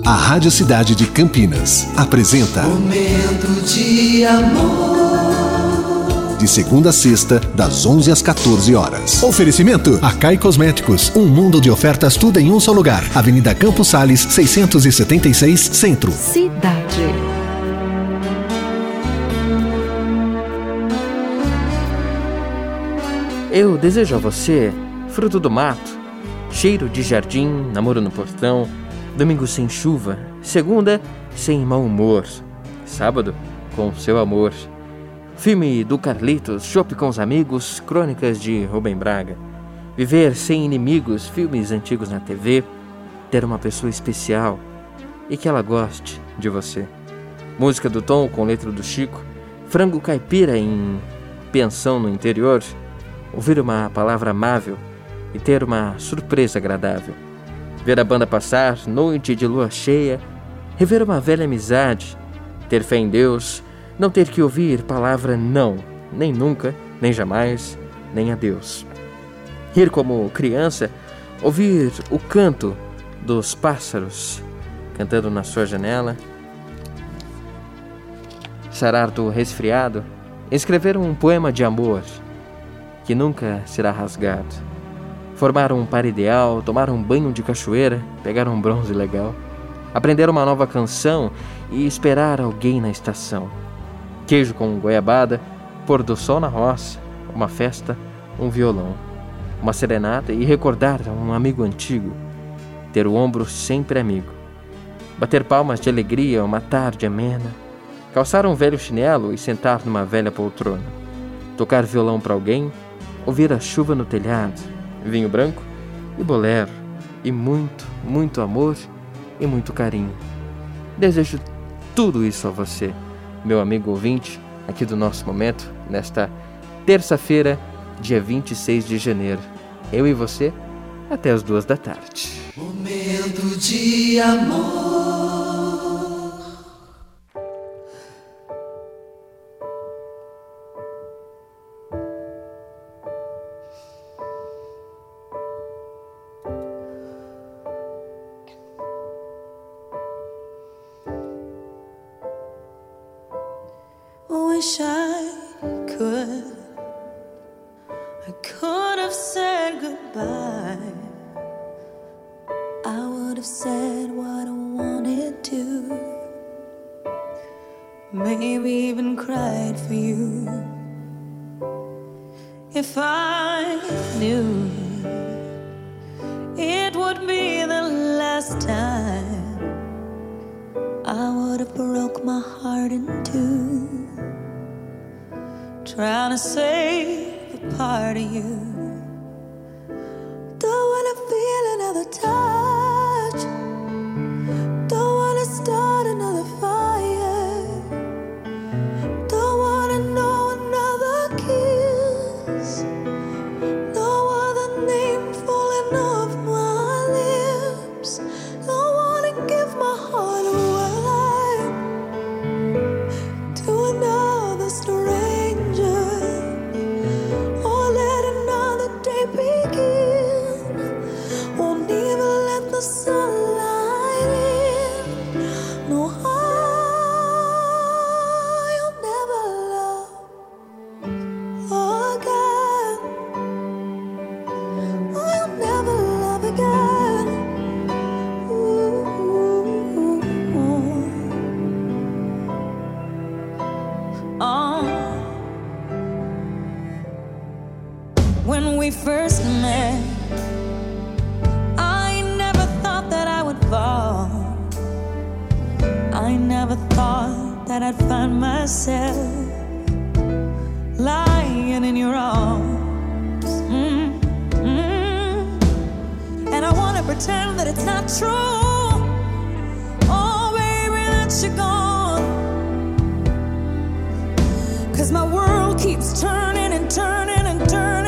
A Rádio Cidade de Campinas apresenta Momento de Amor. De segunda a sexta, das 11 às 14 horas. Oferecimento Acai Cosméticos, um mundo de ofertas, tudo em um só lugar. Avenida Campos Sales, 676, Centro. Cidade. Eu desejo a você fruto do mato, cheiro de jardim, namoro no portão, domingo sem chuva, segunda sem mau humor, sábado com seu amor. Filme do Carlitos, chopp com os amigos, crônicas de Rubem Braga. Viver sem inimigos, filmes antigos na TV, ter uma pessoa especial e que ela goste de você. Música do Tom com letra do Chico, frango caipira em pensão no interior, ouvir uma palavra amável e ter uma surpresa agradável. Ver a banda passar, noite de lua cheia, rever uma velha amizade, ter fé em Deus, não ter que ouvir palavra não, nem nunca, nem jamais, nem adeus. Rir como criança, ouvir o canto dos pássaros cantando na sua janela, sarar do resfriado, escrever um poema de amor que nunca será rasgado, formar um par ideal, tomar um banho de cachoeira, pegar um bronze legal, aprender uma nova canção e esperar alguém na estação. Queijo com goiabada, pôr do sol na roça, uma festa, um violão, uma serenata e recordar um amigo antigo, ter o ombro sempre amigo, bater palmas de alegria uma tarde amena, calçar um velho chinelo e sentar numa velha poltrona, tocar violão para alguém, ouvir a chuva no telhado, vinho branco e bolero, e muito, muito amor e muito carinho. Desejo tudo isso a você, meu amigo ouvinte, aqui do nosso momento, nesta terça-feira, dia 26 de janeiro. Eu e você, até as 2 da tarde. Momento de Amor. Wish I could have said goodbye. I would have said what I wanted to, maybe even cried for you. If I knew it would be the last time, I would have broke my heart in two, trying to save a part of you. Don't wanna feel another touch, don't wanna start another fire, don't wanna know another kiss, no other name falling off my lips, don't wanna give my heart away to another stranger. When we first met, I never thought that I would fall. I never thought that I'd find myself lying in your arms. And I wanna pretend that it's not true. Oh, baby, that you're gone. 'Cause my world keeps turning and turning and turning.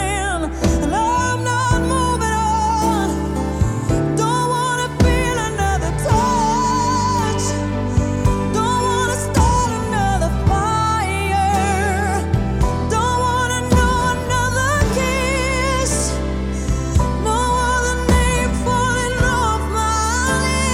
No other name falling off my lips.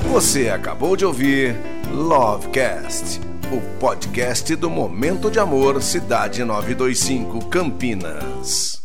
Você acabou de ouvir Lovecast, o podcast do Momento de Amor Cidade 925 Campinas.